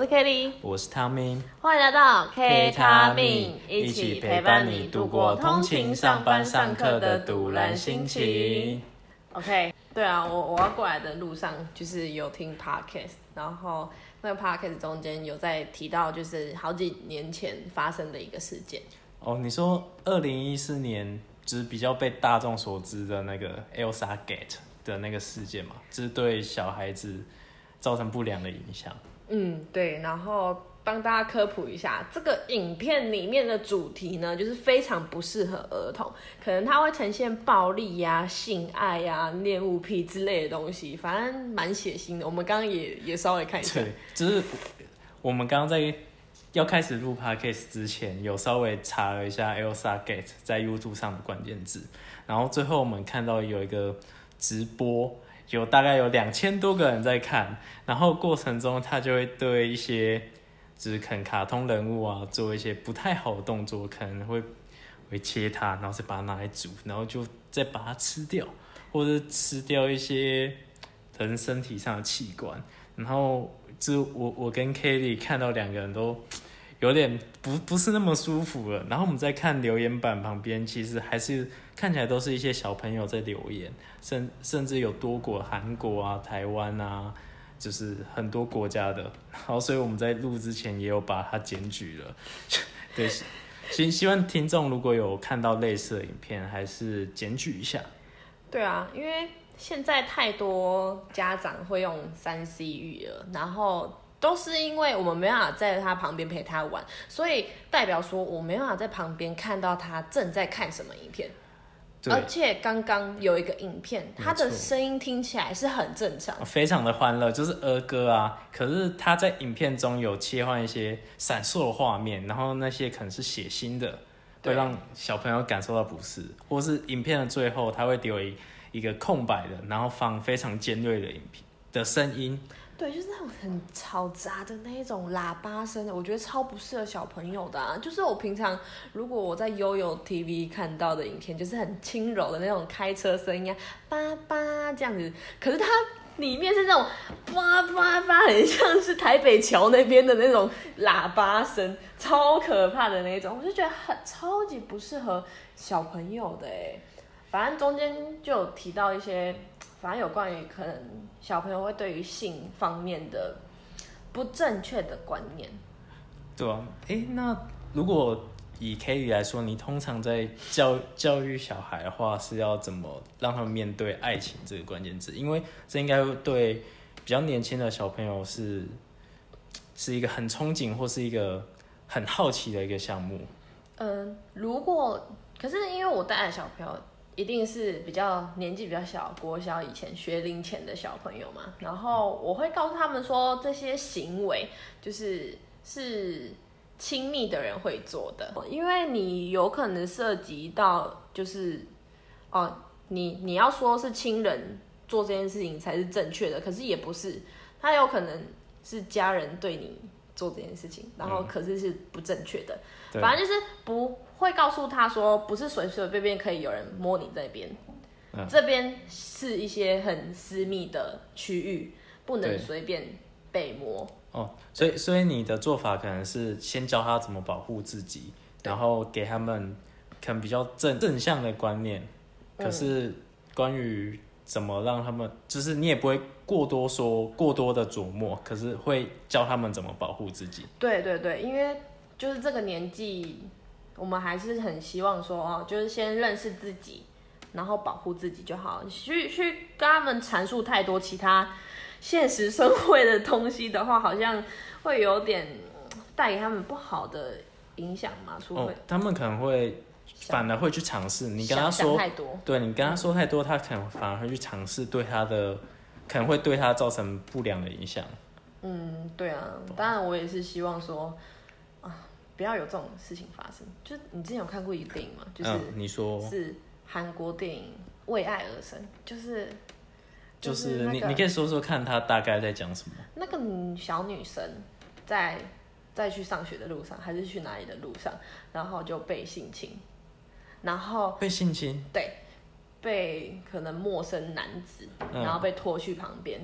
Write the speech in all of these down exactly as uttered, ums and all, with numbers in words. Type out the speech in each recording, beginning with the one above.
是 Kelly， 我是汤明， 欢迎来到 K 他命，一起陪伴你度过通勤、上班、上课的堵然心情。OK， 对啊，我我要过来的路上就是有听 Podcast， 然后那个 Podcast 中间有在提到，就是好几年前发生的一个事件。 哦，你说二零一四年就是比较被大众所知的那个 Elsa Gate 的那个事件嘛，就是对小孩子造成不良的影响。 嗯，对，然后帮大家科普一下，这个影片里面的主题呢，就是非常不适合儿童，可能它会呈现暴力呀、啊、性爱呀、啊、恋物癖之类的东西，反正蛮血腥的。我们刚刚也也稍微看一下， 对，就是我们刚刚在要开始录 podcast 之前，有稍微查了一下 Elsa Gate 在 YouTube 上的关键字，然后最后我们看到有一个直播。有大概有两千多个人在看，然后过程中他就会对一些就是可能卡通人物啊做一些不太好的动作，可能会会切它，然后再把它拿来煮，然后就再把它吃掉，或者吃掉一些人身体上的器官。然后就我我跟 Kelly 看到两个人都有点不不是那么舒服了。然后我们在看留言板旁边，其实还是看起来都是一些小朋友在留言，甚甚至有多国，韩国啊、台湾啊，就是很多国家的。然后所以我们在录之前也有把它检举了。对，希希望听众如果有看到类似的影片，还是检举一下。 对啊，因为现在太多家长会用三 C 育儿，然后都是因为我们没办法在他旁边陪他玩，所以代表说我没办法在旁边看到他正在看什么影片。而且刚刚有一个影片，他的声音听起来是很正常， 非常的欢乐，就是儿歌啊。可是他在影片中有切换一些闪烁的画面，然后那些可能是血腥的，会让小朋友感受到不适，或是影片的最后他会留一个空白的，然后放非常尖锐的影片的声音。 对，就是那种很嘈杂的那一种喇叭声，我觉得超不适合小朋友的啊。就是我平常如果我在悠悠 T V 看到的影片，就是很轻柔的那种开车声音啊，叭叭这样子。可是它里面是那种叭叭叭，很像是台北桥那边的那种喇叭声，超可怕的那种，我就觉得很超级不适合小朋友的哎。反正中间就有提到一些。反正有关于可能小朋友会对于性方面的不正确的观念。 对啊，哎，那如果以 Kelly 来说，你通常在教教育小孩的话，是要怎么让他们面对爱情这个关键字？因为这应该对比较年轻的小朋友是是一个很憧憬或是一个很好奇的一个项目。 嗯、呃，如果可是因为我带的小朋友。一定是比较年纪比较小，国小以前学龄前的小朋友嘛，然后我会告诉他们说，这些行为就是是亲密的人会做的，因为你有可能涉及到就是哦，你你要说是亲人做这件事情才是正确的，可是也不是，他有可能是家人对你做这件事情，然后可是是不正确的，嗯、反正就是不。会告诉他说，不是随随便便可以有人摸你这边，嗯、这边是一些很私密的区域，不能随便被摸。 哦，所以所以你的做法可能是先教他怎么保护自己，然后给他们可能比较正正向的观念。可是关于怎么让他们，就是你也不会过多说过多的琢磨，可是会教他们怎么保护自己。 对对对，因为就是这个年纪。我们还是很希望说哦，就是先认识自己，然后保护自己就好。去去跟他们阐述太多其他现实社会的东西的话，好像会有点带给他们不好的影响嘛。除非、哦、 他们可能会反而会去尝试。你跟他说太多， 对你跟他说太多，他可能反而会去尝试，对他的可能会对他造成不良的影响。 嗯，对啊，当然我也是希望说啊。不要有这种事情发生。就是你之前有看过一个电影吗？就是、嗯、 你说是韩国电影《为爱而生》，就是就是、那個、你你可以说说看，他大概在讲什么？ 那个小女生在在去上学的路上，还是去哪里的路上，然后就被性侵，然后被性侵， 对，被可能陌生男子，然后被拖去旁边，嗯、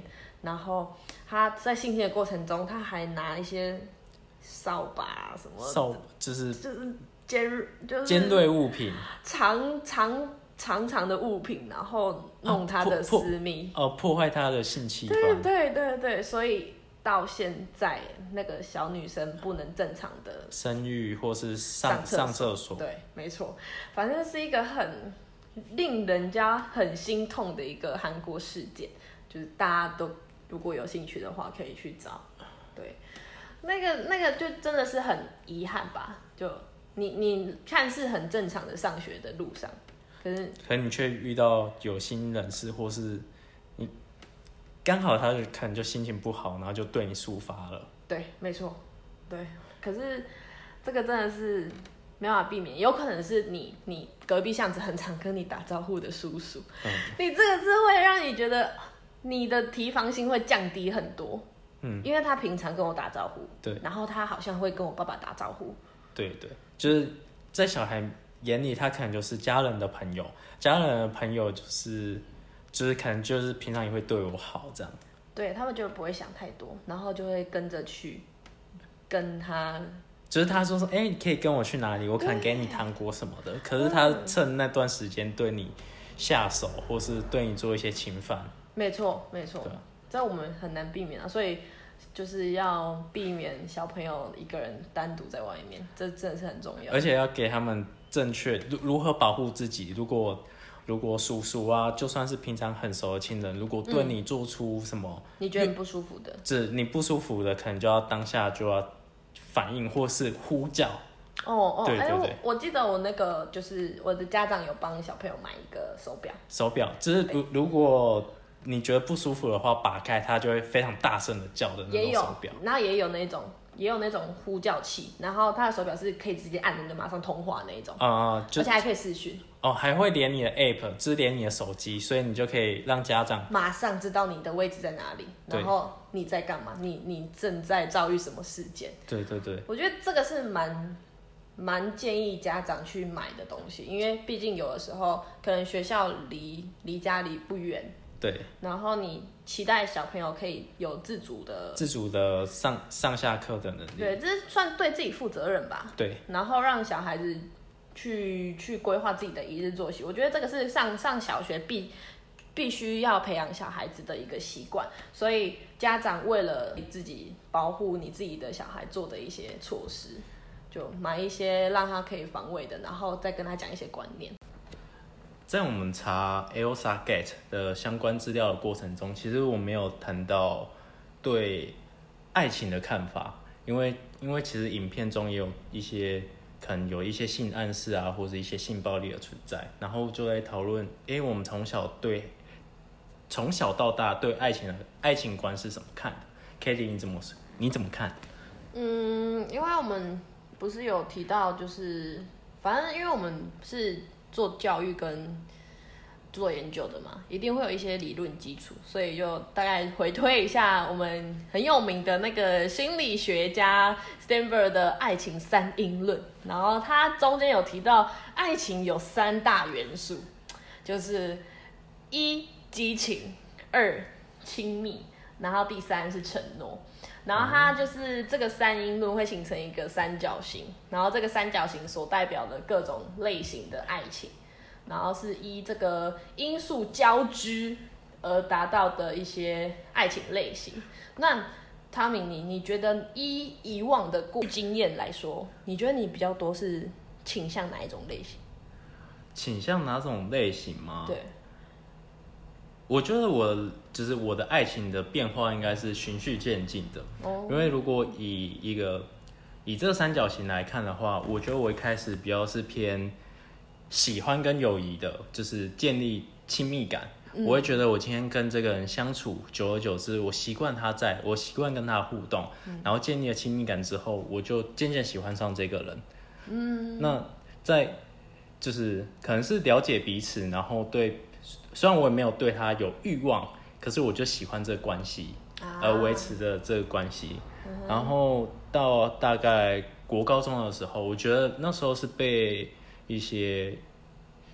然后他在性侵的过程中，他还拿一些扫把什么， 扫就是就是尖就是尖锐物品， 长长长长的物品，然后弄他的私密， 哦、啊，破坏他的性器官。 对对对对，所以到现在那个小女生不能正常的生育或是上上厕所， 对，没错，反正是一个很令人家很心痛的一个韩国事件，就是大家都如果有兴趣的话可以去找，对，那个那个就真的是很遗憾吧，就你你看似很正常的上学的路上，可是可能你却遇到有心人士，或是你刚好他可能就心情不好，然后就对你抒发了。对， 没错，对。可是这个真的是没办法避免，有可能是你你隔壁巷子很常跟你打招呼的叔叔，嗯、你这个是会让你觉得你的提防心会降低很多。嗯，因为他平常跟我打招呼， 对， 然后他好像会跟我爸爸打招呼。 对对，就是在小孩眼里，他可能就是家人的朋友，家人的朋友就是就是可能就是平常也会对我好这样。 对，他们就不会想太多，然后就会跟着去跟他， 就是他说说，哎、欸，你可以跟我去哪里？我可能给你糖果什么的。可是他趁那段时间对你下手，或是对你做一些侵犯。 没错，没错，这我们很难避免啊，所以就是要避免小朋友一个人单独在外面，这真的是很重要。 而且要给他们正确如何保护自己。如果如果叔叔啊，就算是平常很熟的亲人，如果对你做出什么、嗯、 你觉得不舒服的， 这你不舒服的，可能就要当下就要反应或是呼叫。 哦哦， 对对对、 欸、我, 我记得我那个就是我的家长有帮小朋友买一个手表， 手表就是如如果你觉得不舒服的话，拔开它就会非常大声的叫的那种手表。 然后也有那种也有那种呼叫器，然后它的手表是可以直接按着就马上通话那一种， 啊、嗯， 而且还可以视讯。 哦，还会连你的 app， 就是连你的手机，所以你就可以让家长马上知道你的位置在哪里，然后你在干嘛，你你正在遭遇什么事件。 对对对， 我觉得这个是蛮蛮建议家长去买的东西，因为毕竟有的时候可能学校离离家里不远。 对， 然后你期待小朋友可以有自主的、 自主的上上下课的能力， 对，这是算对自己负责任吧。 对， 然后让小孩子去去规划自己的一日作息，我觉得这个是上上小学必必须要培养小孩子的一个习惯。所以家长为了自己保护你自己的小孩做的一些措施，就买一些让他可以防卫的，然后再跟他讲一些观念。 在我们查 Elsa Gate 的相关资料的过程中，其实我没有谈到对爱情的看法，因为因为其实影片中也有一些可能有一些性暗示啊，或者一些性暴力的存在，然后就在讨论，哎，我们从小对从小到大对爱情的爱情观是怎么看的 ？Katie 你怎么你怎么看？ 嗯，因为我们不是有提到，就是反正因为我们是做教育跟做研究的嘛，一定会有一些理论基础，所以就大概回推一下我们很有名的那个心理学家 Stanford 的爱情三因论，然后他中间有提到爱情有三大元素，就是一激情，二亲密，然后第三是承诺。然后它就是这个三因论会形成一个三角形，然后这个三角形所代表的各种类型的爱情，然后是依这个因素交织而达到的一些爱情类型。那汤米，你你觉得依以往的过经验来说，你觉得你比较多是倾向哪一种类型？ 倾向哪种类型吗？ 对。 我觉得我就是我的爱情的变化应该是循序渐进的，哦、因为如果以一个以这个三角形来看的话，我觉得我一开始比较是偏喜欢跟友谊的，就是建立亲密感。嗯、我会觉得我今天跟这个人相处，久而久之，我习惯他在，我习惯跟他互动，嗯、然后建立了亲密感之后，我就渐渐喜欢上这个人。嗯，那在就是可能是了解彼此，然后对。虽然我也没有对他有欲望，可是我就喜欢这个关系，啊、而维持着这个关系。嗯、然后到大概国高中的时候，我觉得那时候是被一些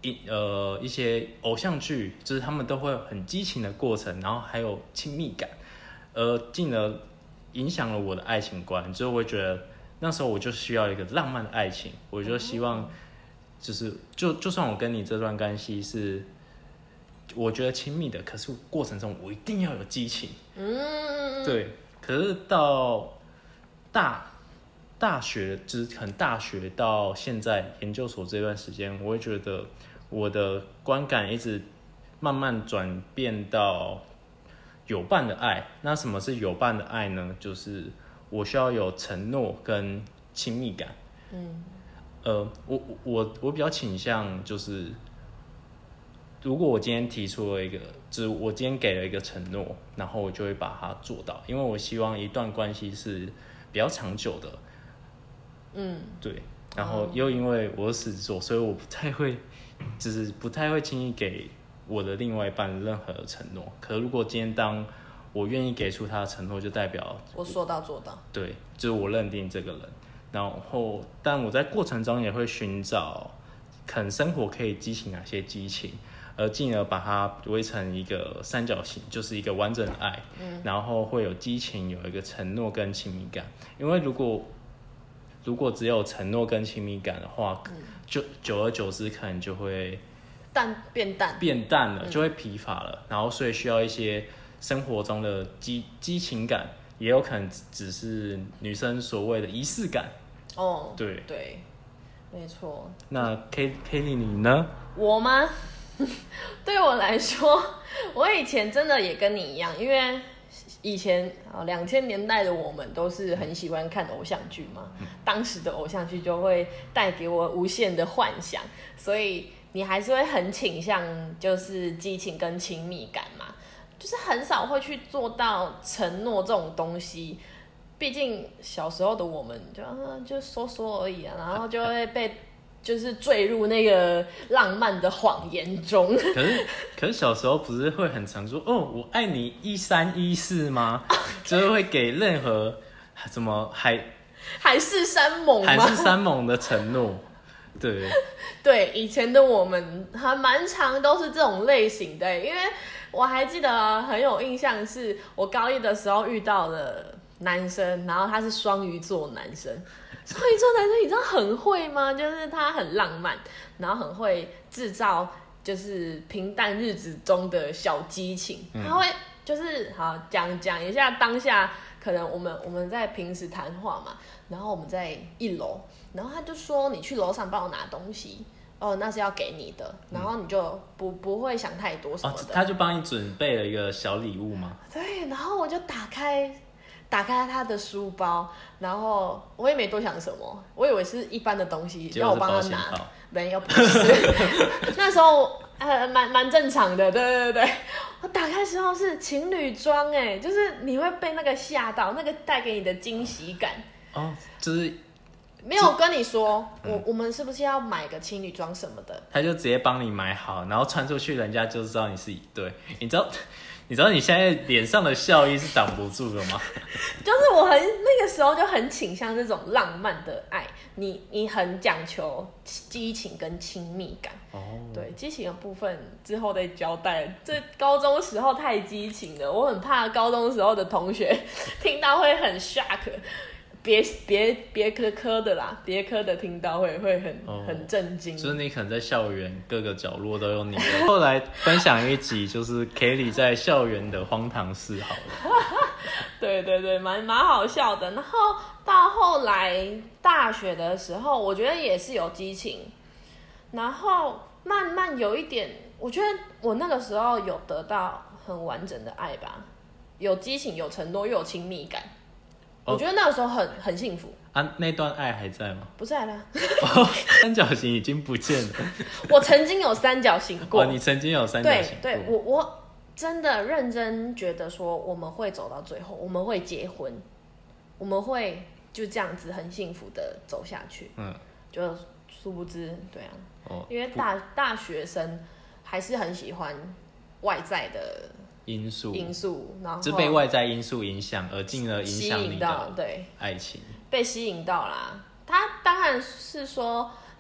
一呃一些偶像剧，就是他们都会有很激情的过程，然后还有亲密感，而进而影响了我的爱情观。就是我会觉得那时候我就需要一个浪漫的爱情，我就希望就是就就算我跟你这段关系是我觉得亲密的，可是过程中我一定要有激情。嗯，对。可是到大大学，就是很大学到现在研究所这段时间，我会觉得我的观感一直慢慢转变到有伴的爱。那什么是有伴的爱呢？就是我需要有承诺跟亲密感。嗯，呃，我我我比较倾向就是，如果我今天提出了一个，就是我今天给了一个承诺，然后我就会把它做到，因为我希望一段关系是比较长久的。嗯，对。然后又因为我是狮子座，所以我不太会，就是不太会轻易给我的另外一半任何的承诺。可是如果今天当我愿意给出他的承诺，就代表我说到做到。 对，就是我认定这个人。然后，但我在过程中也会寻找，可能生活可以激起哪些激情，而进而把它围成一个三角形，就是一个完整的爱。嗯，然后会有激情，有一个承诺跟亲密感。因为如果如果只有承诺跟亲密感的话，嗯、就久而久之可能就会淡变淡变淡了，就会疲乏了。嗯、然后所以需要一些生活中的激激情感，也有可能只是女生所谓的仪式感。 哦， 对对，没错。 那 K Kelly 你呢？ 我吗？对我来说，我以前真的也跟你一样，因为以前啊两千年代的我们都是很喜欢看偶像剧嘛，嗯、当时的偶像剧就会带给我无限的幻想，所以你还是会很倾向就是激情跟亲密感嘛，就是很少会去做到承诺这种东西。毕竟小时候的我们就、啊、就说说而已啊，然后就会被就是坠入那个浪漫的谎言中。 可是可是小时候不是会很常说哦我爱你一三一四吗？就是会给任何什么海海誓山盟吗？ 海誓山盟的承诺。对对，以前的我们还蛮常都是这种类型的，因为我还记得很有印象，是我高一的时候遇到了男生，然后他是双鱼座男生。双鱼座男生你知道很会吗？就是他很浪漫，然后很会制造就是平淡日子中的小激情。嗯、他会就是好讲讲一下当下，可能我们我们在平时谈话嘛，然后我们在一楼，然后他就说你去楼上帮我拿东西。哦，那是要给你的，然后你就不不会想太多什么的。哦、 他就帮你准备了一个小礼物吗？ 对，然后我就打开。打开他的书包，然后我也没多想什么，我以为是一般的东西，要我帮他拿，没有，不是。那时候呃蛮蛮正常的，对对对对。我打开的时候是情侣装，哎，就是你会被那个吓到，那个带给你的惊喜感。 哦，就是没有跟你说，嗯、我我们是不是要买个情侣装什么的？ 他就直接帮你买好，然后穿出去，人家就知道你是一对，你知道。你知道你现在脸上的笑意是挡不住的吗？ 就是我很那个时候就很倾向这种浪漫的爱，你你很讲求激情跟亲密感。哦，对，激情的部分之后再交代。这高中时候太激情了，我很怕高中时候的同学听到会很 shock。别别别科科的啦，别科的听到会会很、哦、很震惊。 就是你可能在校园各个角落都有你的。后来分享一集，就是 Kelly 在校园的荒唐事好了。 对对对，蛮蛮好笑的。然后到后来大学的时候，我觉得也是有激情，然后慢慢有一点，我觉得我那个时候有得到很完整的爱吧，有激情，有承诺，又有亲密感。我觉得那个时候很很幸福啊。那段爱还在吗？ 不在啦。 哦，三角形已经不见了。 我曾经有三角形过。 哦，你曾经有三角形过。 对对，我我真的认真觉得说我们会走到最后，我们会结婚，我们会就这样子很幸福的走下去。嗯，就殊不知，对啊，哦、因为大大学生还是很喜欢外在的。 因素， 因素，然后就被外在因素影响，而进而影响你的对爱情， 被吸引到啦。他当然是说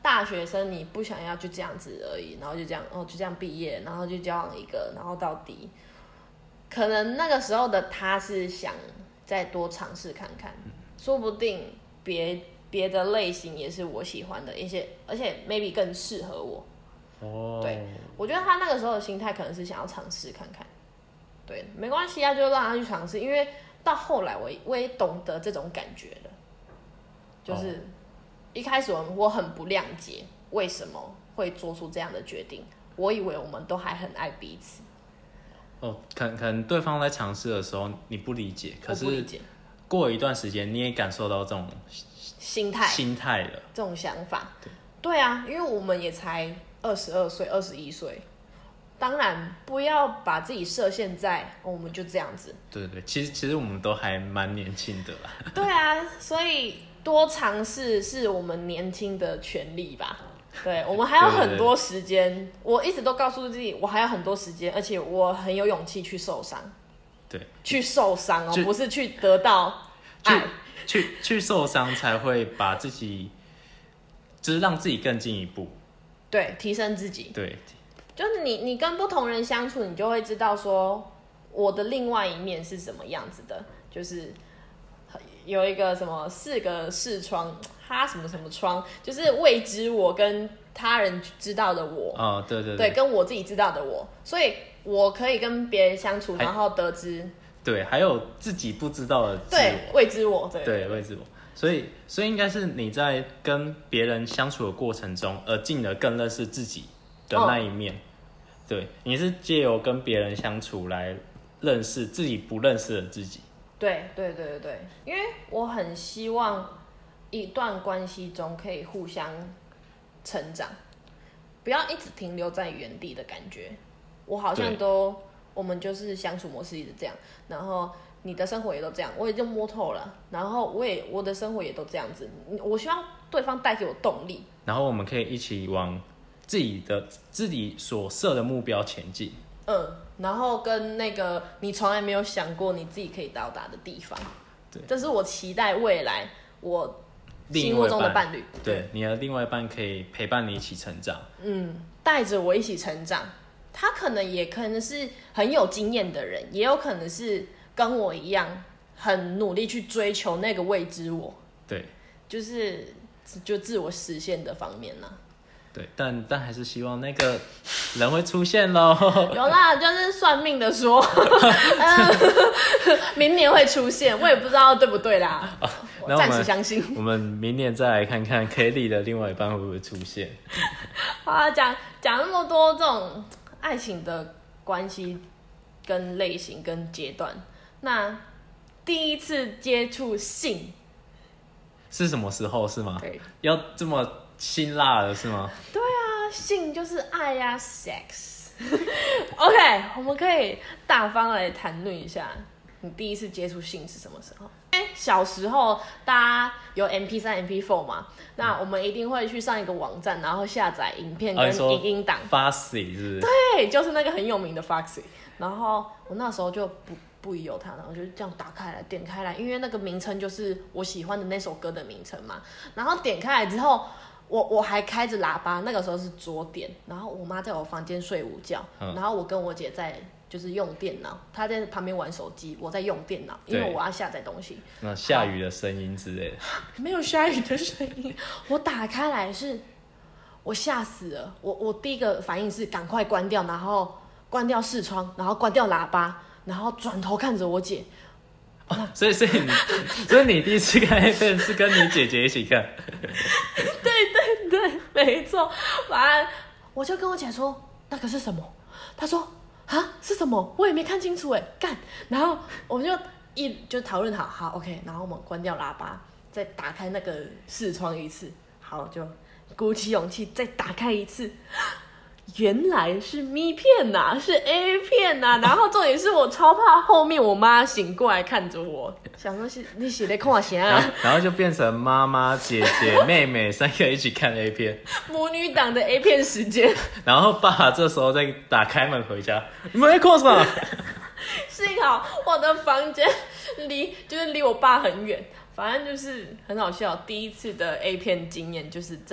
大学生你不想要就这样子而已，然后就这样哦就这样毕业，然后就交往一个，然后到底，可能那个时候的他是想再多尝试看看，说不定别别的类型也是我喜欢的一些，而且 maybe 更适合我。 哦， 对，我觉得他那个时候的心态可能是想要尝试看看，对，没关系啊，就让他去尝试，因为到后来我我也懂得这种感觉了，就是。哦，一开始我很不谅解为什么会做出这样的决定，我以为我们都还很爱彼此。 哦，可可能对方在尝试的时候你不理解，可是过一段时间你也感受到这种心态心态了， 这种想法。对，对啊，因为我们也才二十二岁、二十一岁，当然不要把自己设限在、哦、我们就这样子。 对对，其实其实我们都还蛮年轻的啦。 对啊，所以。多尝试是我们年轻的权利吧，对，我们还有很多时间。我一直都告诉自己，我还有很多时间，而且我很有勇气去受伤。 对， 去受伤哦，不是去得到爱， 去去去受伤才会把自己，就是让自己更进一步。 对，提升自己。 对， 就是你你跟不同人相处，你就会知道说我的另外一面是什么样子的，就是。有一个什么四个视窗，哈什么什么窗，就是未知我跟他人知道的我， 哦，对对对, 对，跟我自己知道的我，所以我可以跟别人相处，然后得知， 对，还有自己不知道的自我， 对，未知我，对， 对，未知我，所以所以应该是你在跟别人相处的过程中，而进而更认识自己的那一面，哦、对，你是借由跟别人相处来认识自己不认识的自己。 对对对对对，因为我很希望一段关系中可以互相成长，不要一直停留在原地的感觉。我好像都，我们就是相处模式一直这样，然后你的生活也都这样，我也就摸透了，然后我也我的生活也都这样子。我希望对方带给我动力， 然后我们可以一起往自己的自己所设的目标前进。 嗯，然后跟那个你从来没有想过你自己可以到达的地方，对，这是我期待未来我心目中的伴侣。 对，对，你的另外一半可以陪伴你一起成长， 嗯，带着我一起成长。他可能也可能是很有经验的人，也有可能是跟我一样很努力去追求那个未知我。 对， 就是就自我实现的方面呢、啊。 对，但但还是希望那个人会出现咯。 有啦，就是算命的说，呃、明年会出现，我也不知道对不对啦。哦、我暂时相信。 我们明年再来看看 Kelly 的另外一半会不会出现。 好啊，讲讲那么多这种爱情的关系跟类型跟阶段，那第一次接触性是什么时候？是吗？ 对， 要这么辛辣的是吗？ 对啊，性就是爱呀、啊、，sex。OK， 我们可以大方来谈论一下，你第一次接触性是什么时候？因为小时候大家有 M P 三、M P 四 嘛，那我们一定会去上一个网站，然后下载影片跟影音档。 Foxy 是不是？ 对，就是那个很有名的 Foxy。然后我那时候就不不疑有他，然后就这样打开来，点开来，因为那个名称就是我喜欢的那首歌的名称嘛。然后点开来之后。我我还开着喇叭，那个时候是桌垫，然后我妈在我房间睡午觉、嗯，然后我跟我姐在就是用电脑，她在旁边玩手机，我在用电脑，因为我要下载东西。 那下雨的声音之类的？ 没有下雨的声音，我打开来是，我吓死了，我我第一个反应是赶快关掉，然后关掉视窗，然后关掉喇叭，然后转头看着我姐。 哦、所以所以你所以你第一次看 A 片是跟你姐姐一起看？ 对对对，没错。反正我就跟我姐说那个是什么，她说啊是什么，我也没看清楚哎，干。然后我们就一就讨论好，好 OK， 然后我们关掉喇叭，再打开那个视窗一次，好就鼓起勇气再打开一次。原来是咪片呐、啊，是 A 片呐、啊，然后重点是我超怕后面我妈醒过来看着我，想说是你写的看啥啊？ 然后就变成妈妈、姐姐、妹妹三个一起看 A 片， 母女档的 A 片时间。 然后爸爸这时候再打开门回家，你们在看什么？ 幸好我的房间离就是离我爸很远，反正就是很好笑。第一次的 A 片经验就是在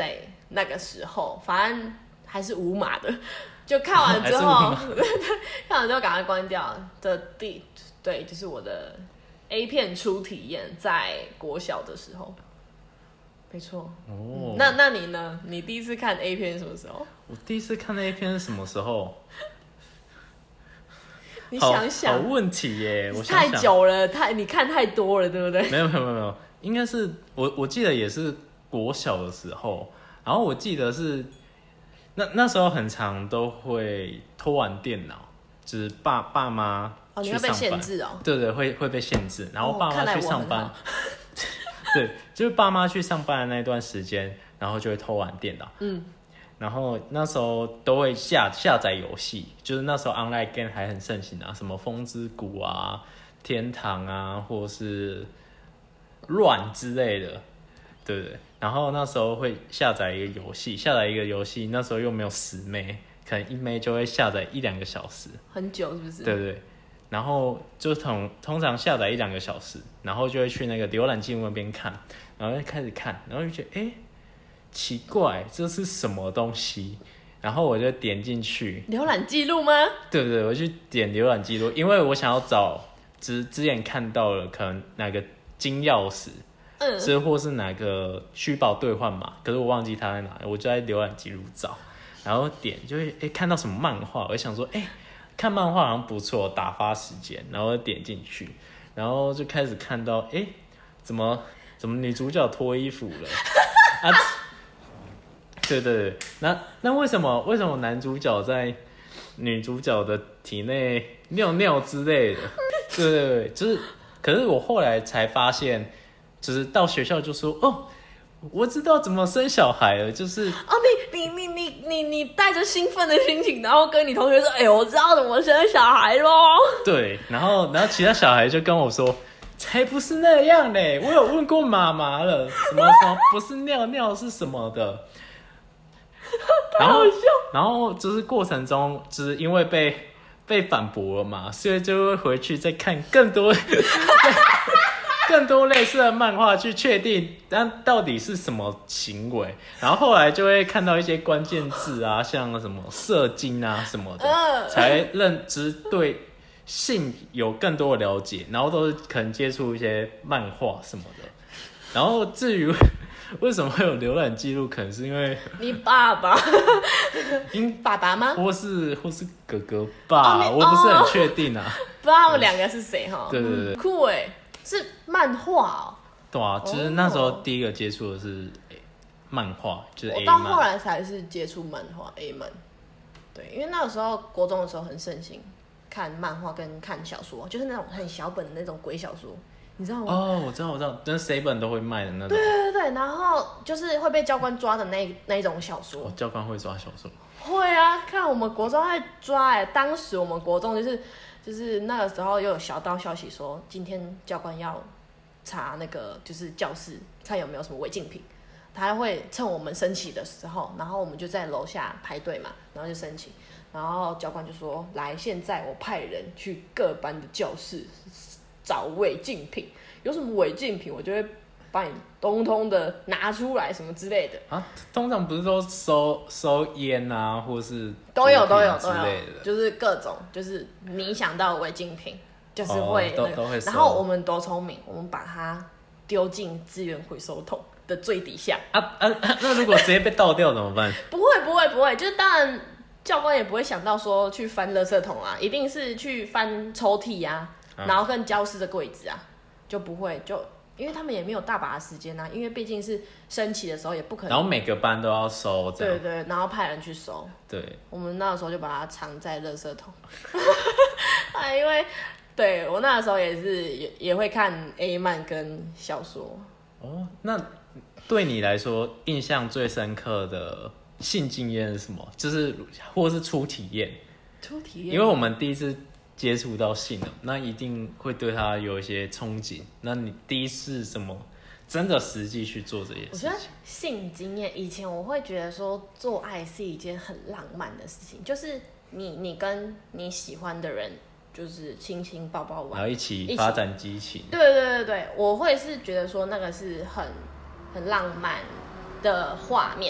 那个时候，反正还是无码的，就看完之后，看完之后赶快关掉的第对，就是我的 A 片初体验，在国小的时候。没错。哦、嗯，那那你呢？你第一次看 A 片是什么时候？ 我第一次看 A 片是什么时候？ 你想想， 好问题耶！我想想太久了，太你看太多了，对不对？ 没有没有没有没有，应该是我我记得也是国小的时候，然后我记得是那那时候很常都会偷玩电脑，就是爸爸妈哦，你会被限制哦。 对对，会会被限制，然后爸妈去上班。哦对，就是爸妈去上班的那段时间，然后就会偷玩电脑。嗯，然后那时候都会下下载游戏，就是那时候 online game 还很盛行啊，什么风之谷啊、天堂啊，或是乱之类的，对不对？然后那时候会下载一个游戏，下载一个游戏，那时候又没有十妹，可能一妹就会下载一两个小时， 很久是不是？ 对对。然后就通通常下载一两个小时，然后就会去那个浏览记录那边看，然后就开始看，然后就觉得哎，奇怪，这是什么东西？然后我就点进去。 浏览记录吗？ 对对，我去点浏览记录，因为我想要找之之前看到了可能哪个金钥匙，嗯，是或是哪个虚宝兑换码，可是我忘记它在哪，我就在浏览记录找，然后点就会哎看到什么漫画，我就想说哎。看漫画好像不错，打发时间，然后点进去，然后就开始看到，哎，怎么怎么女主角脱衣服了？啊，对对对，那那为什么为什么男主角在女主角的体内尿尿之类的？对对对，就是，可是我后来才发现，就是到学校就说，哦。我知道怎么生小孩了，就是哦，你你你你你你带着兴奋的心情，然后跟你同学说，哎、欸，我知道怎么生小孩咯。 对，然后然后其他小孩就跟我说，才不是那样嘞，我有问过妈妈了，什么什么不是尿尿是什么的。然后然后就是过程中，就是因为被被反驳了嘛，所以就会回去再看更多。更多类似的漫画去确定，但到底是什么行为，然后后来就会看到一些关键字啊，像什么射精啊什么的，呃、才认知对性有更多的了解，然后都是可能接触一些漫画什么的。然后至于为什么会有浏览记录，可能是因为你爸爸， 因爸爸吗？ 或是或是哥哥吧，哦、我不是很确定啊， 不知道他们两个是谁哈。 对对对， 酷哎。是漫画哦， 对啊，其实那时候第一个接触的是漫画，就是 A 漫。 我到后来才是接触漫画 A 漫，对，因为那个时候国中的时候很盛行看漫画跟看小说，就是那种很小本的那种鬼小说，你知道吗？ 哦，我知道，我知道，但是谁本都会卖的那种。 对对对，然后就是会被教官抓的那那一种小说。 哦，教官会抓小说？ 会啊，看我们国中在抓哎、欸，当时我们国中就是。就是那个时候又有小道消息说，今天教官要查那个就是教室，看有没有什么违禁品。他会趁我们升旗的时候，然后我们就在楼下排队嘛，然后就升旗。然后教官就说：“来，现在我派人去各班的教室找违禁品，有什么违禁品，我就会把你通通的拿出来，什么之类的。” 啊，通常不是都收收烟啊，或是都有都有都有，就是各种，就是你想到违禁品，就是会、那個哦、 都都会收。 然后我们多聪明，我们把它丢进资源回收桶的最底下。 啊啊！那如果直接被倒掉怎么办？ 不会不会不会，就是当然教官也不会想到说去翻垃圾桶啊，一定是去翻抽屉啊，啊然后跟教室的柜子啊，就不会就。因为他们也没有大把的时间啊，因为毕竟是升旗的时候也不可能。 然后每个班都要收， 对对，然后派人去收。 对， 我们那个时候就把它藏在垃圾桶。啊，因为对我那个时候也是也也会看 A 漫跟小说。 哦，那对你来说印象最深刻的性经验是什么？就是或是初体验？ 初体验， 因为我们第一次。接触到性了，那一定会对他有一些憧憬。那你第一次什么真的实际去做这些事情？ 我觉得性经验，以前我会觉得说做爱是一件很浪漫的事情，就是你你跟你喜欢的人就是亲亲抱抱玩， 然后一起发展激情。 对对对对，我会是觉得说那个是很很浪漫的画面。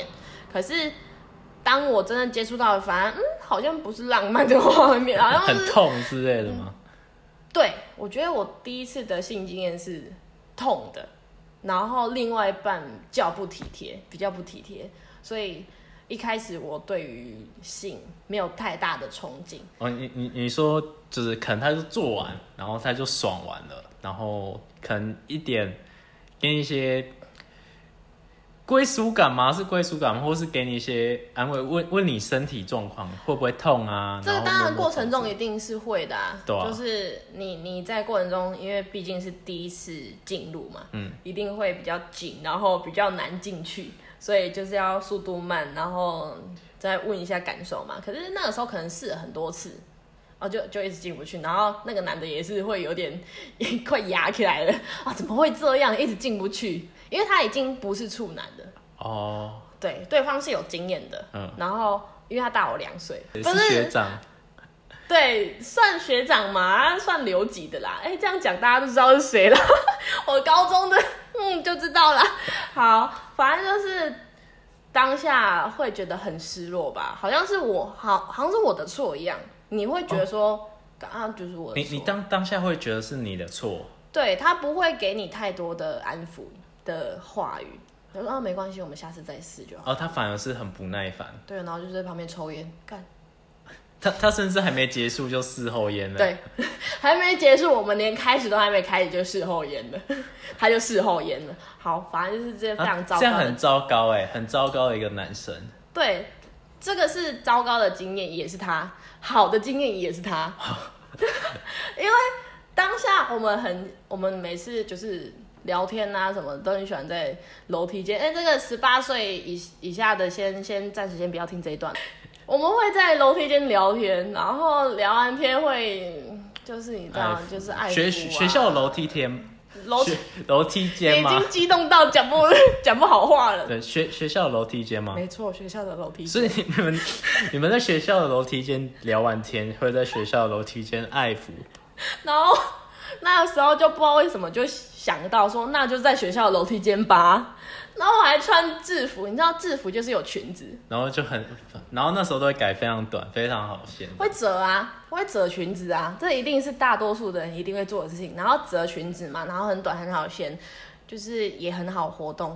可是当我真的接触到，反而嗯，好像不是浪漫的画面，好像、就是、 很痛之类的吗？嗯、 对，我觉得我第一次的性经验是痛的，然后另外一半较不体贴，比较不体贴，所以一开始我对于性没有太大的憧憬。 哦，你你你说就是可能他就做完，然后他就爽完了，然后可能一点给你一些归属感吗？是归属感吗？或是给你一些安慰，问问你身体状况会不会痛啊？ 这个当然过程中一定是会的啊， 对啊， 就是你你在过程中，因为毕竟是第一次进入嘛，嗯，一定会比较紧，然后比较难进去，所以就是要速度慢，然后再问一下感受嘛。可是那个时候可能试了很多次，哦，就就一直进不去，然后那个男的也是会有点快压起来了啊，怎么会这样，一直进不去？因为他已经不是处男的哦，对，对方是有经验的，嗯，然后因为他大我两岁， 也是学长， 对，算学长嘛，算留级的啦。哎，这样讲大家都知道是谁了。我高中的，嗯，就知道啦。好，反正就是当下会觉得很失落吧，好像是我，好，好像是我的错一样。你会觉得说，啊，就是我的错。 你你当当下会觉得是你的错， 对，他不会给你太多的安抚的话语。他说啊，没关系，我们下次再试就好。 哦，他反而是很不耐烦。 对，然后就在旁边抽烟，干。 他他甚至还没结束就事后烟了。 对，还没结束，我们连开始都还没开始就事后烟了，他就事后烟了。好，反正就是这非常糟糕的、啊。 这样很糟糕哎、欸，很糟糕的一个男生。 对，这个是糟糕的经验，也是他；好的经验也是他。因为当下我们很，我们每次就是聊天啊什么都很喜欢在楼梯间。哎，这个十八岁以以下的先先暂时先不要听这一段。我们会在楼梯间聊天，然后聊完天会就是你知道，就是爱抚、啊、 学学校的楼梯间， 楼楼梯间吗？ 已经激动到讲不讲不好话了。 对，学学校的楼梯间吗？ 没错，学校的楼梯间。 所以你们你们在学校的楼梯间聊完天，会在学校的楼梯间爱抚。 然后那个时候就不知道为什么就想到说，那就在学校的楼梯间吧。然后我还穿制服，你知道制服就是有裙子， 然后就很，然后那时候都会改非常短，非常好掀， 会折啊，会折裙子啊，这一定是大多数的人一定会做的事情。然后折裙子嘛，然后很短很好掀，就是也很好活动。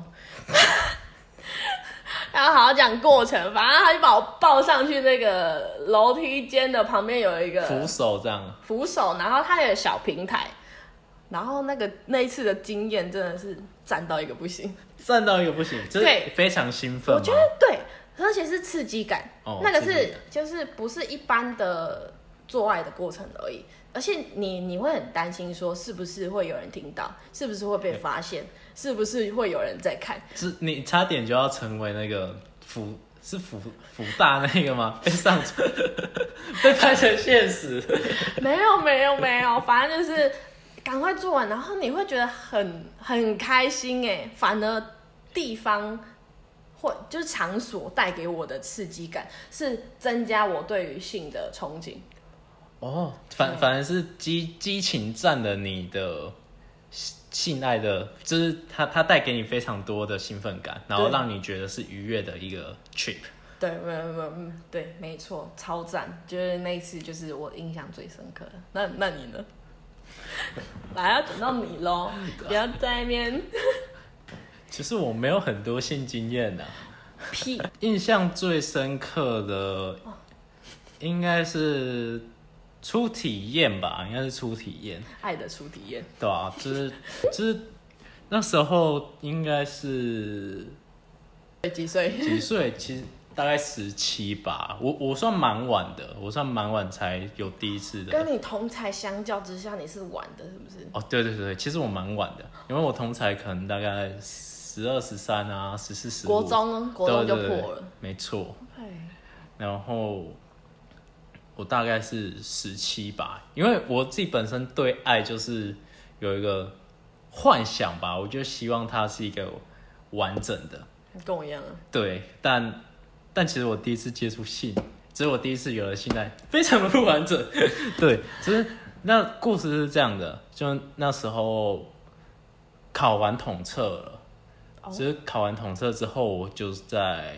然后好好讲过程，反正他就把我抱上去那个楼梯间的旁边有一个扶手这样， 扶手，然后它有小平台。然后那个那一次的经验真的是赞到一个不行， 赞到一个不行，就是非常兴奋。 我觉得对，而且是刺激感，哦、那个是就是不是一般的做爱的过程而已，而且你你会很担心说是不是会有人听到，是不是会被发现，是不是会有人在看， 是你差点就要成为那个福是福福大那个吗？被上被拍成现实？ 没有没有没有，反正就是。赶快做完，然后你会觉得很很开心哎，反而地方或就是场所带给我的刺激感，是增加我对于性的憧憬。 哦，反反而是激激情占了你的性爱的，就是它它带给你非常多的兴奋感，然后让你觉得是愉悦的一个 trip。 对，没有没有，嗯，对，没错，超赞，就是那一次就是我印象最深刻的。那那你呢？来，要等到你咯，不要在那边。 其实我没有很多性经验的、啊， 屁。 印象最深刻的应该是初体验吧，应该是初体验。 爱的初体验。 对啊，就是就是那时候应该是几岁？ 几岁？其实。大概十七吧，我我算蛮晚的，我算蛮晚才有第一次的。 跟你同才相较之下，你是晚的，是不是？ 哦，对对对，其实我蛮晚的，因为我同才可能大概十二、十三啊，十四、十五。 国中，国中就破了。对对对， 没错。 Okay. 然后我大概是十七吧，因为我自己本身对爱就是有一个幻想吧，我就希望它是一个完整的。 跟我一样啊。 对，但。但其实我第一次接触性，只是我第一次有了性爱，非常的不完整。对，就是那故事是这样的，就那时候考完统测了，只、oh. 是考完统测之后，我就在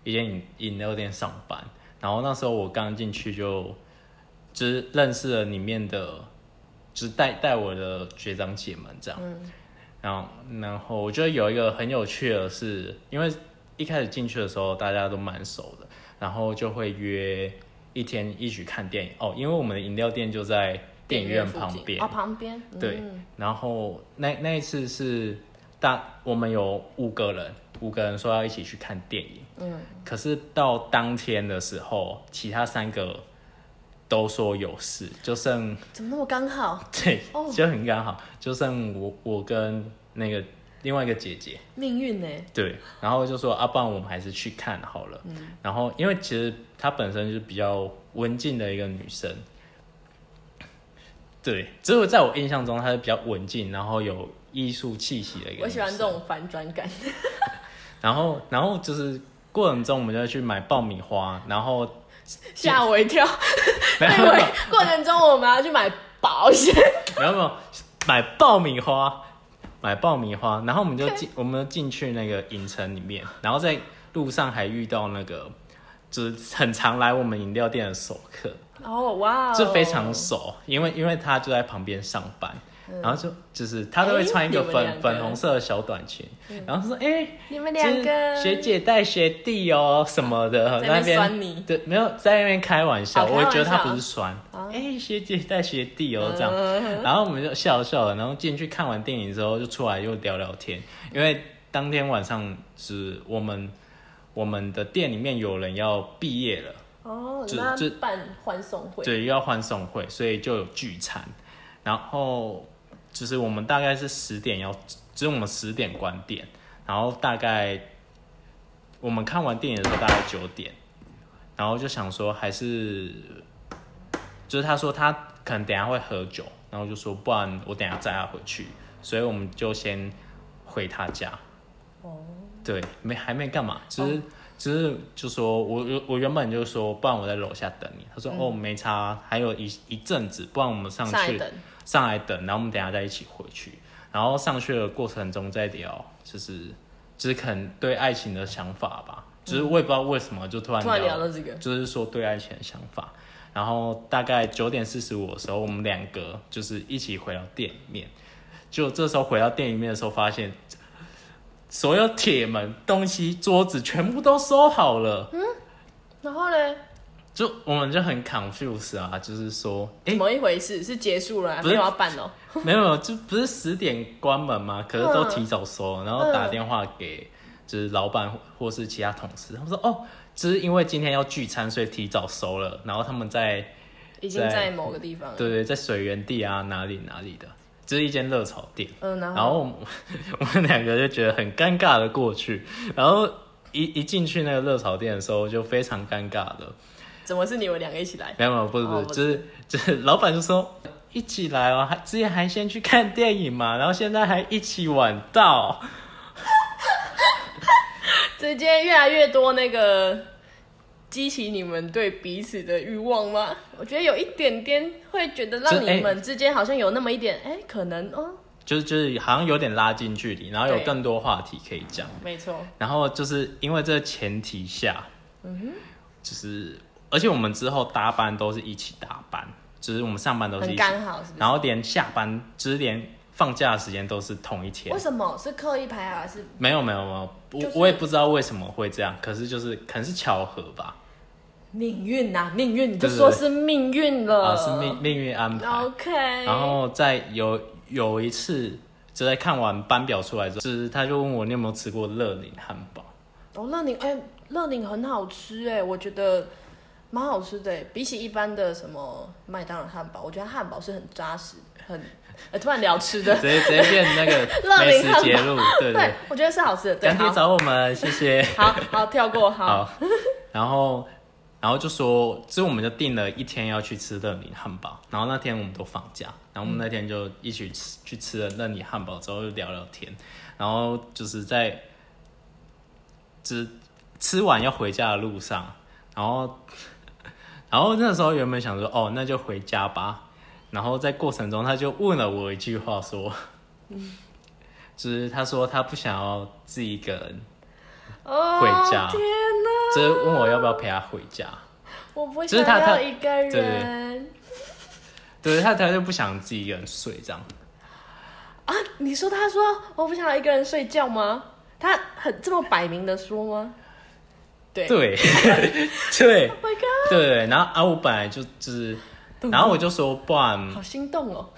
一间饮饮料店上班，然后那时候我刚进去就就是认识了里面的，就是带带我的学长姐们这样。嗯，然后然后我觉得有一个很有趣的是，因为一开始进去的时候大家都蛮熟的，然后就会约一天一起看电影哦，因为我们的饮料店就在电影院旁边啊、哦，旁边、嗯、 对，然后那那一次是大我们有五个人，五个人说要一起去看电影，嗯，可是到当天的时候，其他三个都说有事，就剩怎么那么刚好？ 对，哦、就很刚好，就剩我我跟那个另外一个姐姐， 命运呢？对， 然后就说啊，不然我们还是去看好了，嗯，然后因为其实她本身就是比较文静的一个女生。对，只有在我印象中，她是比较文静，然后有艺术气息的一个。 我喜欢这种反转感。 然后，然后就是过程中，我们就去买爆米花，然后吓我一跳。没有，没有过程中我们要去买保险。 没有没有，买爆米花，买爆米花，然后我们就进，我们进去那个影城里面，然后在路上还遇到那个，就是很常来我们饮料店的熟客。 哦哇， 就非常熟，因为因为他就在旁边上班，嗯、然后就就是他都会穿一个粉、欸、粉红色的小短裙，嗯、然后说哎、欸， 你们两个学姐带学弟哦什么的， 在那边酸你， 对，没有在那边开玩笑，我也觉得他不是酸，哎、哦欸，学姐带学弟哦这样，嗯、然后我们就笑笑了，然后进去看完电影之后就出来又聊聊天，因为当天晚上是我们我们的店里面有人要毕业了。 哦，那就办欢送会， 对，又要欢送会，所以就有聚餐。然后就是我们大概是十点要，就是我们十点关店，然后大概我们看完电影的时候大概九点，然后就想说还是，就是他说他可能等一下会喝酒，然后就说不然我等一下载他回去，所以我们就先回他家。哦，对，没还没干嘛，只是。哦只是就说我我原本就说，不然我在楼下等你。他说、嗯、哦没差，还有一一阵子，不然我们上去上来等， 上来等，然后我们等一下再一起回去。然后上去的过程中再聊，就是就是可能对爱情的想法吧。就是我也不知道为什么就突然聊， 突然聊到这个， 就是说对爱情的想法。然后大概九点四十五的时候，我们两个就是一起回到店里面。就这时候回到店里面的时候，发现。所有铁门、东西、桌子全部都收好了。 嗯，然后呢？ 就我们就很 confused 啊，就是说， 欸、怎么一回事？是结束了、啊，没有要办哦、 喔？没有，没有，就不是十点关门吗？可是都提早收，嗯、然后打电话给就是老板或是其他同事，他们说哦，就是因为今天要聚餐，所以提早收了，然后他们在已经在某个地方了， 对对，在水源地啊，哪里哪里的。这是一间热炒店，嗯，然后, 然后我, 们我们两个就觉得很尴尬的过去，然后一一进去那个热炒店的时候就非常尴尬的。 怎么是你们两个一起来？ 没有没有，不是不是，哦、就是就是老板就说一起来哦，还之前还先去看电影嘛，然后现在还一起晚到， 直接越来越多那个。激起你们对彼此的欲望吗？我觉得有一点点会觉得让你们之间好像有那么一点，哎、欸，可能哦， 就是就是好像有点拉近距离，然后有更多话题可以讲。 没错。然后就是因为这个前提下，嗯哼，就是而且我们之后搭班都是一起搭班，就是我们上班都是一起， 很刚好是不是？ 然后连下班，就是连放假的时间都是同一天。 为什么？是刻意排还是？ 没有没有没有，我、就是、我也不知道为什么会这样，可是就是可能是巧合吧。 命运呐、啊，命运，你就说是命运了， 啊，是命命运安排。 OK。 然后在有有一次，就在看完班表出来之后，就是他就问我你有没有吃过乐宁汉堡。 哦，乐宁，哎、欸，乐宁很好吃哎，我觉得蛮好吃的，比起一般的什么麦当劳汉堡，我觉得汉堡是很扎实，很。欸、突然聊吃的， 直接直接变那个美食节目，对 对, 对，我觉得是好吃的。 赶紧找我们，谢谢。 好好跳过，好。 好然后。然后就说，之后我们就定了一天要去吃乐宁汉堡，然后那天我们都放假，然后我们那天就一起吃、嗯、去吃了乐宁汉堡之后就聊聊天，然后就是在只吃完要回家的路上，然后然后那时候原本想说哦那就回家吧，然后在过程中他就问了我一句话说，嗯、就是他说他不想要自己一个人回家。 哦、天哪！ 就是问我要不要陪他回家。 我不想要一个人。 对对对，他他就不想自己一个人睡这样。 啊，你说他说我不想要一个人睡觉吗？他很这么摆明的说吗？对对对 ，Oh my god， 对，然后啊，我本来就就是，然后我就说不然， 好心动哦。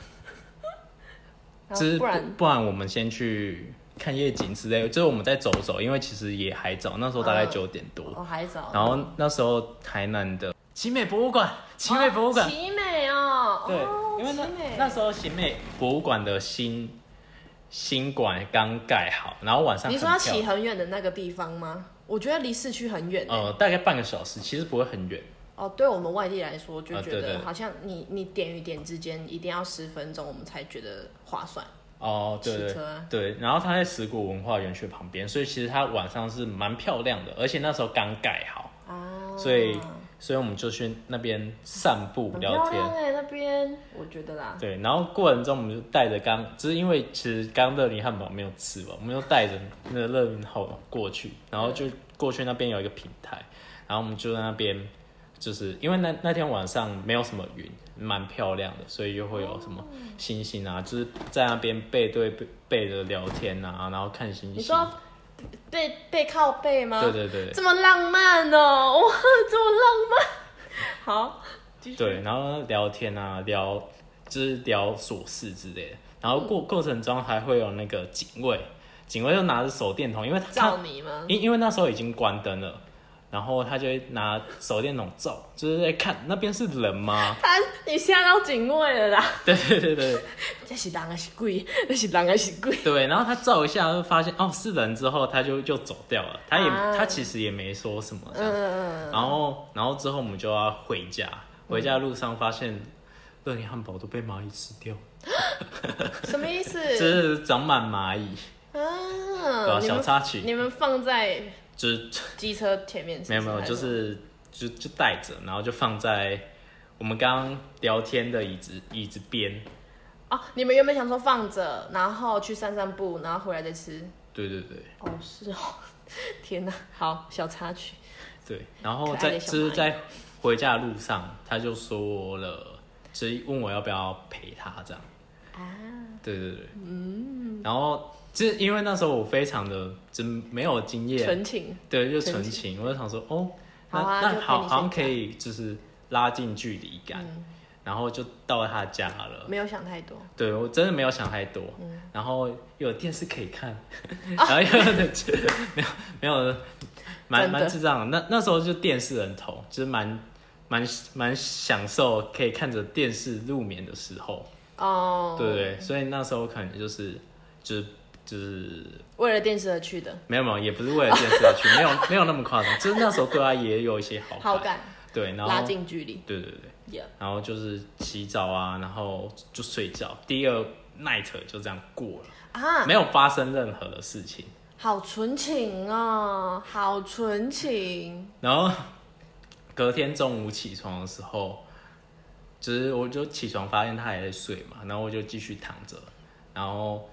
就是不然不然我们先去看夜景之类的，就是我们再走走，因为其实也还早，那时候大概九点多， 哦还早。 然后那时候台南的奇美博物馆，奇美博物馆， 奇美哦， 对，因为那那时候奇美博物馆的新新馆刚盖好，然后晚上你说要骑很远的那个地方吗？我觉得离市区很远， 呃，大概半个小时，其实不会很远。 哦，对我们外地来说，就觉呃、对对得好像你你点与点之间一定要十分钟，我们才觉得划算。 哦，对对对，然后它在石鼓文化园区旁边，所以其实它晚上是蛮漂亮的，而且那时候刚盖好，哦，所以所以我们就去那边散步聊天。 哎、欸，那边我觉得啦。 对，然后过程中我们就带着刚，就是因为其实刚乐林汉堡没有吃完，我们就带着那个乐林汉堡过去，然后就过去那边有一个平台，然后我们就在那边。就是因为那那天晚上没有什么云，蛮漂亮的，所以就会有什么星星啊，就是在那边背对背背着聊天啊，然后看星星。 你说背背靠背吗？ 对对对， 这么浪漫哦，哇，这么浪漫。好，继续。 对，然后聊天啊，聊就是聊琐事之类的，然后过、嗯、过程中还会有那个警卫，警卫就拿着手电筒，因为他照你吗？ 因因为那时候已经关灯了。然后他就会拿手电筒照，就是在看那边是人吗？ 他你吓到警卫了啦！ 对对对对， 这是人还是鬼？这是人还是鬼？ 对，然后他照一下就发现哦是人之后，他就就走掉了。他也、啊、他其实也没说什么这样。嗯、然后然后之后我们就要回家，回家的路上发现乐林汉堡都被蚂蚁吃掉。 什么意思？ 就是长满蚂蚁。啊，对啊，小插曲。 你们放在。 就是机车前面是不是， 没有没有，就是就就带着，然后就放在我们刚刚聊天的椅子椅子边。 哦，你们原本想说放着，然后去散散步，然后回来再吃。 对对对。 哦，是哦，天哪，好小插曲。 对，然后在就是在回家的路上，他就说了，就是问我要不要陪他这样。啊。对对对。嗯。然后。就是因为那时候我非常的就没有经验， 纯情， 对，就纯情，我就想说，哦，那好、啊、那好，好像可以就是拉近距离感、嗯，然后就到他家了， 没有想太多， 对我真的没有想太多，嗯、然后又有电视可以看，啊、然后又有没有没有蛮蛮智障的，那那时候就电视人头，就是蛮蛮蛮享受可以看着电视入眠的时候，哦，对对，所以那时候可能就是就是。就是为了电视而去的， 没有没有，也不是为了电视而去，没有没有那么夸张，就是那时候对他也有一些好感， 好感， 对，然后拉近距离， 对对对， yeah. 然后就是洗澡啊，然后就睡觉，第二 night 就这样过了啊，没有发生任何的事情， 好纯情哦，好纯情。 然后隔天中午起床的时候，就是我就起床发现他还在睡嘛，然后我就继续躺着，然后。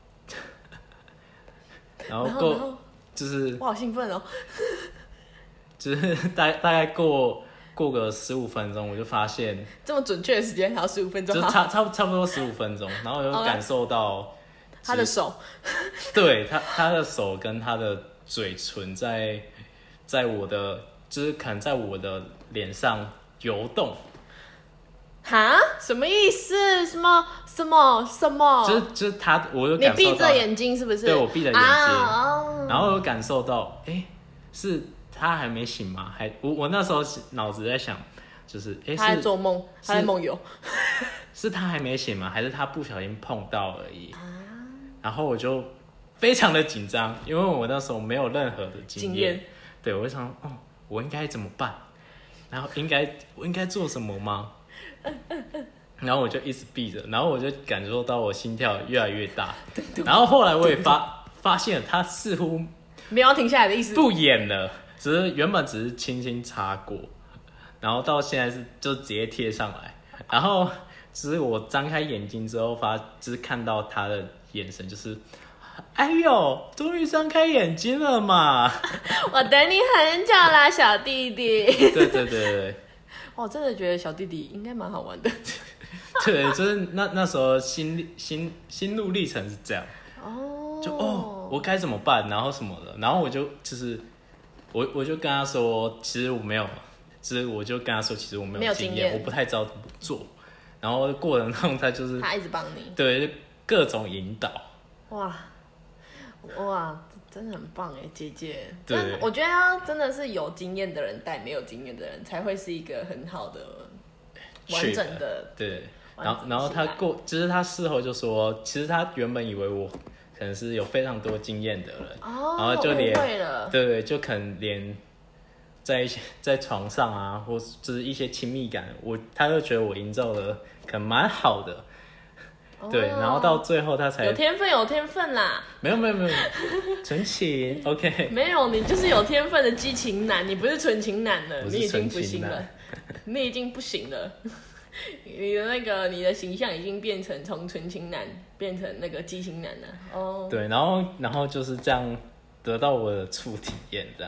然后过然后就是我好兴奋哦， 就是大大概过过个十五分钟，我就发现这么准确的时间还要十五分钟， 就差差差不多十五分钟，然后我就感受到他的手， 对他他的手跟他的嘴唇在在我的就是可能在我的脸上游动。 哈？什么意思？什么什么什么？ 就是就是他，我有感受到。 你闭着眼睛是不是？ 对，我闭着眼睛， 啊、 然后有感受到，哎、欸，是他还没醒吗？还我我那时候脑子在想，就是哎、欸， 他在做梦，他在梦游， 是他还没醒吗？还是他不小心碰到而已？啊、然后我就非常的紧张，因为我那时候没有任何的经验，对，我就想，哦，我应该怎么办？然后应该我应该做什么吗？然后我就一直闭着，然后我就感受到我心跳越来越大，然后后来我也发发现了他似乎没有停下来的意思， 不演了，只是原本只是轻轻擦过，然后到现在是就直接贴上来，然后只是我张开眼睛之后发，就是看到他的眼神就是哎呦，终于张开眼睛了嘛！ 我等你很久啦，小弟弟。 对对对对， 我真的觉得小弟弟应该蛮好玩的。 对，就是那那时候心心心路历程是这样。 哦， 就哦，我该怎么办？然后什么的，然后我就就是我我就跟他说，其实我没有，就是我就跟他说，其实我没有经验， 没有经验我不太知道怎么做。然后过程中他就是他一直帮你， 对，就各种引导。 哇哇，真的很棒哎，姐姐。 对， 但我觉得要真的是有经验的人带没有经验的人，才会是一个很好的完整的。 对，然后然后他过，就是他事后就说，其实他原本以为我可能是有非常多经验的人， 哦、 然后就连会了对对，就可能连在一些在床上啊，或就是一些亲密感，我他就觉得我营造的可能蛮好的。对，然后到最后他才有天分，有天分啦。 没有没有没有，纯情 ，OK。 没有，你就是有天分的激情男，你不是纯情男了，你已经不行了，你已经不行了。你的那个你的形象已经变成从纯情男变成那个激情男了。哦、oh. 对，然后然后就是这样得到我的初体验，这样。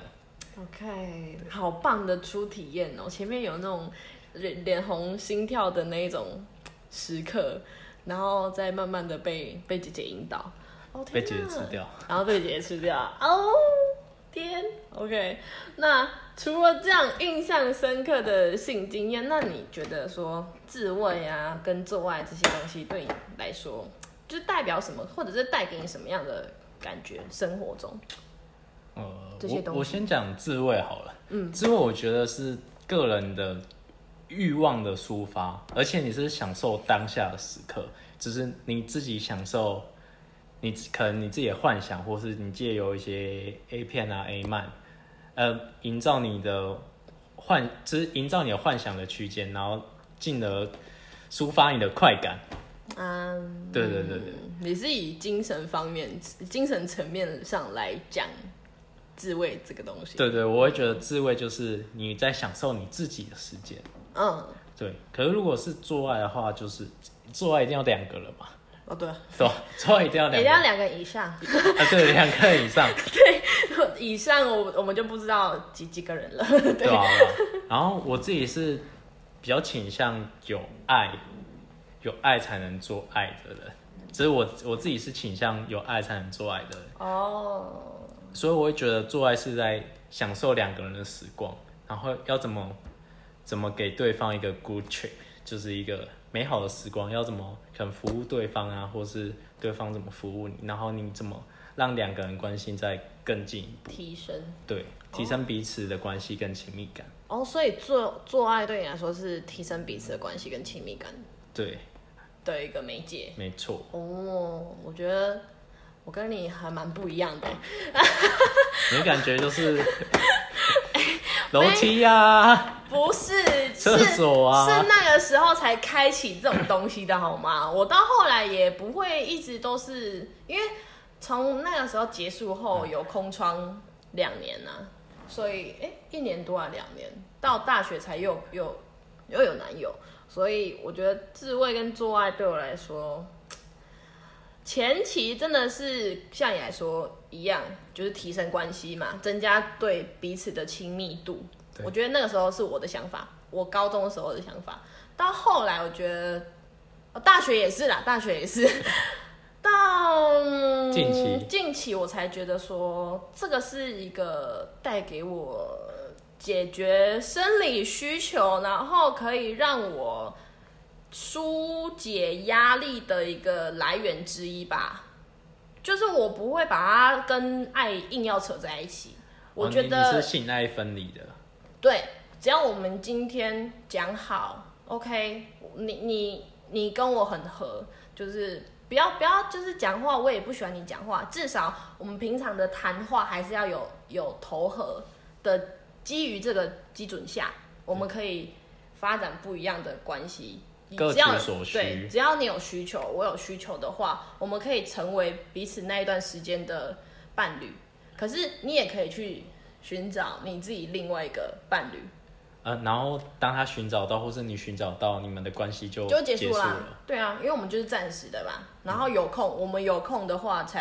OK， 好棒的初体验哦！前面有那种脸红心跳的那一种时刻。然后再慢慢的被被姐姐引导，哦、 被姐姐吃掉， 然后被姐姐吃掉，哦天 ，OK。那除了这样印象深刻的性经验，那你觉得说自慰啊跟做爱这些东西对你来说，就代表什么，或者是带给你什么样的感觉？生活中， 呃， 这些东西， 我我先讲自慰好了，嗯，自慰我觉得是个人的欲望的抒发，而且你是享受当下的时刻，只是你自己享受，你可能你自己的幻想，或是你借由一些 A 片啊 A 漫，呃，营造你的幻，就是营造你的幻想的区间，然后进而抒发你的快感。嗯，对对对对， 你是以精神方面、精神层面上来讲自慰这个东西。 对对，我会觉得自慰就是你在享受你自己的时间。嗯，对。可是如果是做爱的话，就是做爱一定要两个人嘛。 哦，对。 对，做爱一定要两个人。 一定要两个以上。啊， 对，两个人以上。 对，以上我我们就不知道几几个人了。对, 对啊。然后我自己是比较倾向有爱，有爱才能做爱的人。只是我我自己是倾向有爱才能做爱的人。哦。所以我会觉得做爱是在享受两个人的时光，然后要怎么怎么给对方一个 good trip， 就是一个美好的时光，要怎么可能服务对方啊，或是对方怎么服务你，然后你怎么让两个人关系再更进一步提升， 对，提升彼此的关系跟亲密感。 哦，所以做做爱对你来说是提升彼此的关系跟亲密感，对的一个媒介， 没错。 哦，我觉得我跟你还蛮不一样的， 你的感觉就是楼梯啊， 不是厕所啊， 是那个时候才开启这种东西的好吗？我到后来也不会一直都是，因为从那个时候结束后有空窗两年啊，所以哎、欸、一年多啊两年，到大学才又又又有男友，所以我觉得自慰跟做爱对我来说。前期真的是像你来说一样，就是提升关系嘛，增加对彼此的亲密度。我觉得那个时候是我的想法，我高中的时候的想法。到后来，我觉得，哦、大学也是啦，大学也是。到近期， 近期我才觉得说，这个是一个带给我解决生理需求，然后可以让我。疏解压力的一个来源之一吧，就是我不会把它跟爱硬要扯在一起。我觉得、 哦、你是性爱分离的。 对，只要我们今天讲好 ，OK， 你你你跟我很合，就是不要不要就是讲话，我也不喜欢你讲话，至少我们平常的谈话还是要有有投合的，基于这个基准下，我们可以发展不一样的关系。 各取所需， 对，只要你有需求，我有需求的话，我们可以成为彼此那一段时间的伴侣。可是你也可以去寻找你自己另外一个伴侣。 呃，然后当他寻找到，或是你寻找到，你们的关系就就结束了。 了。 对啊，因为我们就是暂时的嘛。然后有空，嗯、我们有空的话才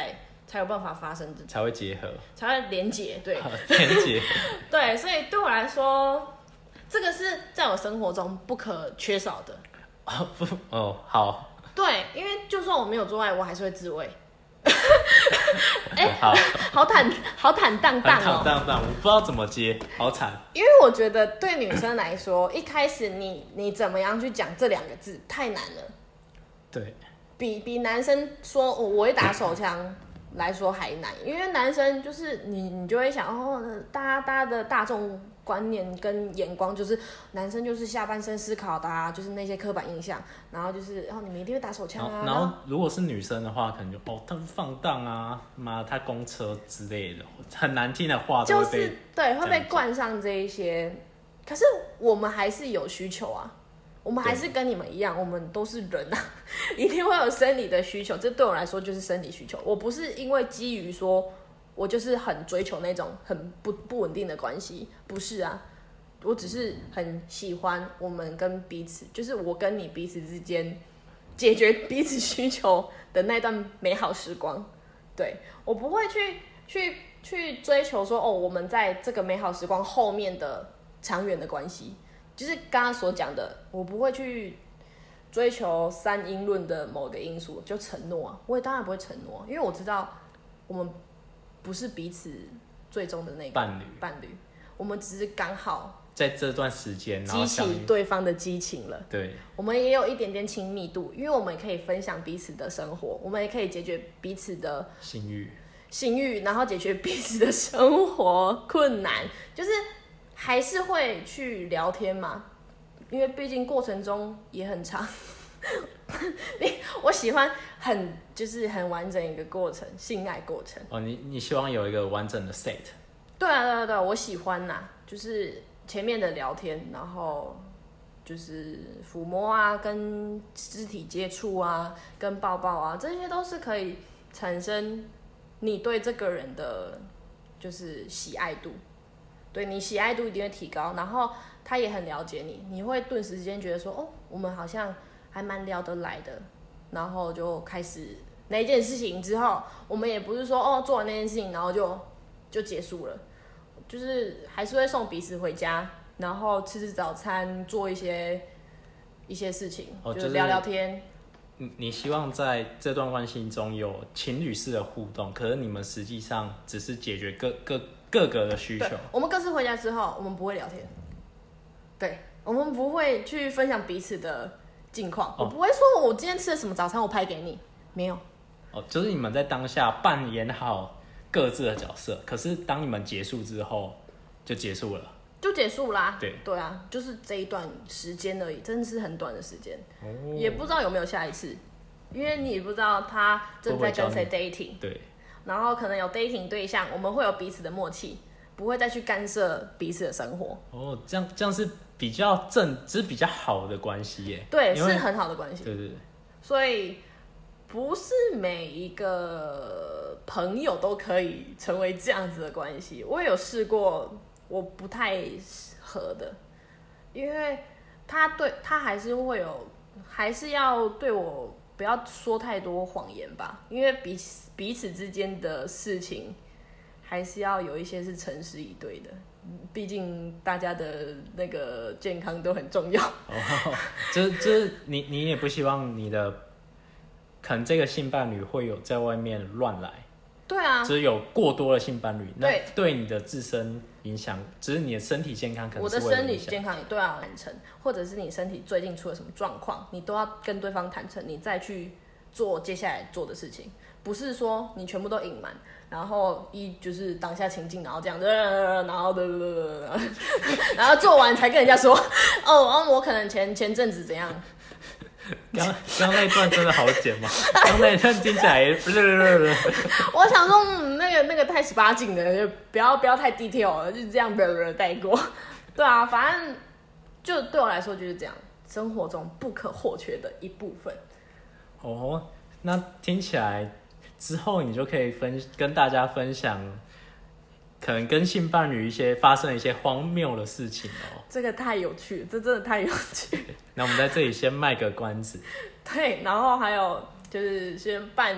才有办法发生， 才会结合， 才会连结，对， 连结， 对，所以对我来说，这个是在我生活中不可缺少的。 哦不哦好， 对，因为就算我没有做爱，我还是会自慰。哎、 欸，好， 好坦，好坦荡荡哦， 坦荡荡，我不知道怎么接，好惨。 因为我觉得对女生来说，一开始你你怎么样去讲这两个字太难了。 对， 比比男生说我我会打手枪来说还难，因为男生就是你你就会想哦，大家大家的大众观念跟眼光就是男生就是下半身思考的啊，就是那些刻板印象，然后就是哦你们一定会打手枪啊， 然后如果是女生的话，可能就哦他放荡啊，妈他公车之类的，很难听的话都会被、 就是对会被冠上这一些，可是我们还是有需求啊。我们还是跟你们一样，我们都是人啊，一定会有生理的需求。这对我来说就是生理需求。我不是因为基于说，我就是很追求那种很不不稳定的关系，不是啊。我只是很喜欢我们跟彼此，就是我跟你彼此之间解决彼此需求的那段美好时光。对，我不会去去去追求说，哦，我们在这个美好时光后面的长远的关系。就是刚刚所讲的，我不会去追求三因论的某个因素，就承诺啊，我也当然不会承诺，因为我知道我们不是彼此最终的那个伴侣， 伴侣，我们只是刚好在这段时间激起对方的激情了。 对， 我们也有一点点亲密度，因为我们可以分享彼此的生活，我们也可以解决彼此的性欲， 性欲，然后解决彼此的生活困难，就是。还是会去聊天嘛，因为毕竟过程中也很长。我喜欢很就是很完整一个过程，性爱过程。 哦，你你希望有一个完整的 set？ 对啊，对啊，对啊，我喜欢呐，就是前面的聊天，然后就是抚摸啊，跟肢体接触啊，跟抱抱啊，这些都是可以产生你对这个人的就是喜爱度。对，你喜爱度一定会提高，然后他也很了解你，你会顿时间觉得说，哦，我们好像还蛮聊得来的，然后就开始那一件事情之后，我们也不是说哦做完那件事情然后就就结束了，就是还是会送彼此回家，然后吃吃早餐，做一些一些事情， 哦、 就是聊聊天。 你你希望在这段关系中有情侣式的互动，可是你们实际上只是解决各各。各个的需求， 我们各自回家之后，我们不会聊天，对，我们不会去分享彼此的近况、哦，我不会说我今天吃了什么早餐，我拍给你，没有。 哦，就是你们在当下扮演好各自的角色，可是当你们结束之后，就结束了， 就结束啦。 对， 对啊，就是这一段时间而已，真的是很短的时间、哦，也不知道有没有下一次，因为你也不知道他正在跟谁 dating， 对。 然后可能有 dating 对象，我们会有彼此的默契，不会再去干涉彼此的生活。 哦，这样这样是比较正，这是比较好的关系耶。 对，是很好的关系。 对对对。 所以不是每一个朋友都可以成为这样子的关系。我也有试过，我不太合的，因为他对他还是会有，还是要对我。不要说太多谎言吧，因为彼此彼此之间的事情，还是要有一些是诚实以对的。毕竟大家的那个健康都很重要。 哦，就是就是你你也不希望你的，可能这个性伴侣会有在外面乱来。 对啊， 只是有过多的性伴侣，那对对你的自身影响，只是你的身体健康可能是我的生理健康也都要坦诚，或者是你身体最近出了什么状况，你都要跟对方坦诚，你再去做接下来做的事情，不是说你全部都隐瞒，然后一就是当下情境，然后这样，然后然后做完才跟人家说，哦，我可能前前阵子怎样。 刚刚那一段真的好剪吗？刚那一段听起来， 我想说，嗯，那个那个太十八禁了，就不要不要太 detail 了，就这样带过。对啊，反正就对我来说就是这样，生活中不可或缺的一部分。 哦，那听起来之后你就可以分跟大家分享，可能跟性伴侣一些发生了一些荒谬的事情哦。 这个太有趣了，这真的太有趣了。 那我们在这里先卖个关子。 对，然后还有就是先伴侣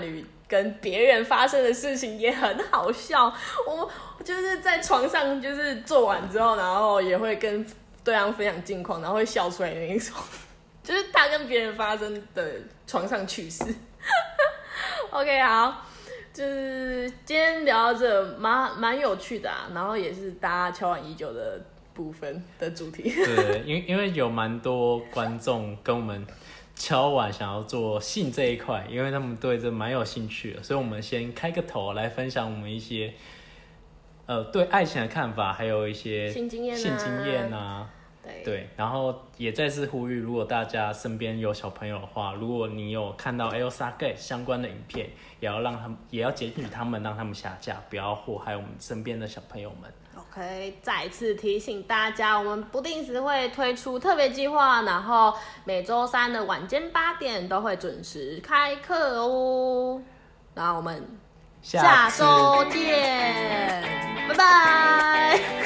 跟别人发生的事情也很好笑。我就是在床上就是做完之后，然后也会跟对方分享近况，然后会笑出来的那一种，就是他跟别人发生的床上趣事。OK， 好，就是今天聊到这，蛮蛮有趣的啊，然后也是大家敲碗已久的部分的主题。 对，因为因为有蛮多观众跟我们敲碗想要做性这一块，因为他们对这蛮有兴趣的，所以我们先开个头来分享我们一些呃对爱情的看法，还有一些性经验啊， 性经验啊。 对, 对，然后也再次呼吁，如果大家身边有小朋友的话，如果你有看到 Elsa Gate 相关的影片，也要让他们，也要检举他们，让他们下架，不要祸害我们身边的小朋友们。 OK， 再次提醒大家，我们不定时会推出特别计划，然后每周三的晚间八点都会准时开课哦。然后我们下周见，拜拜。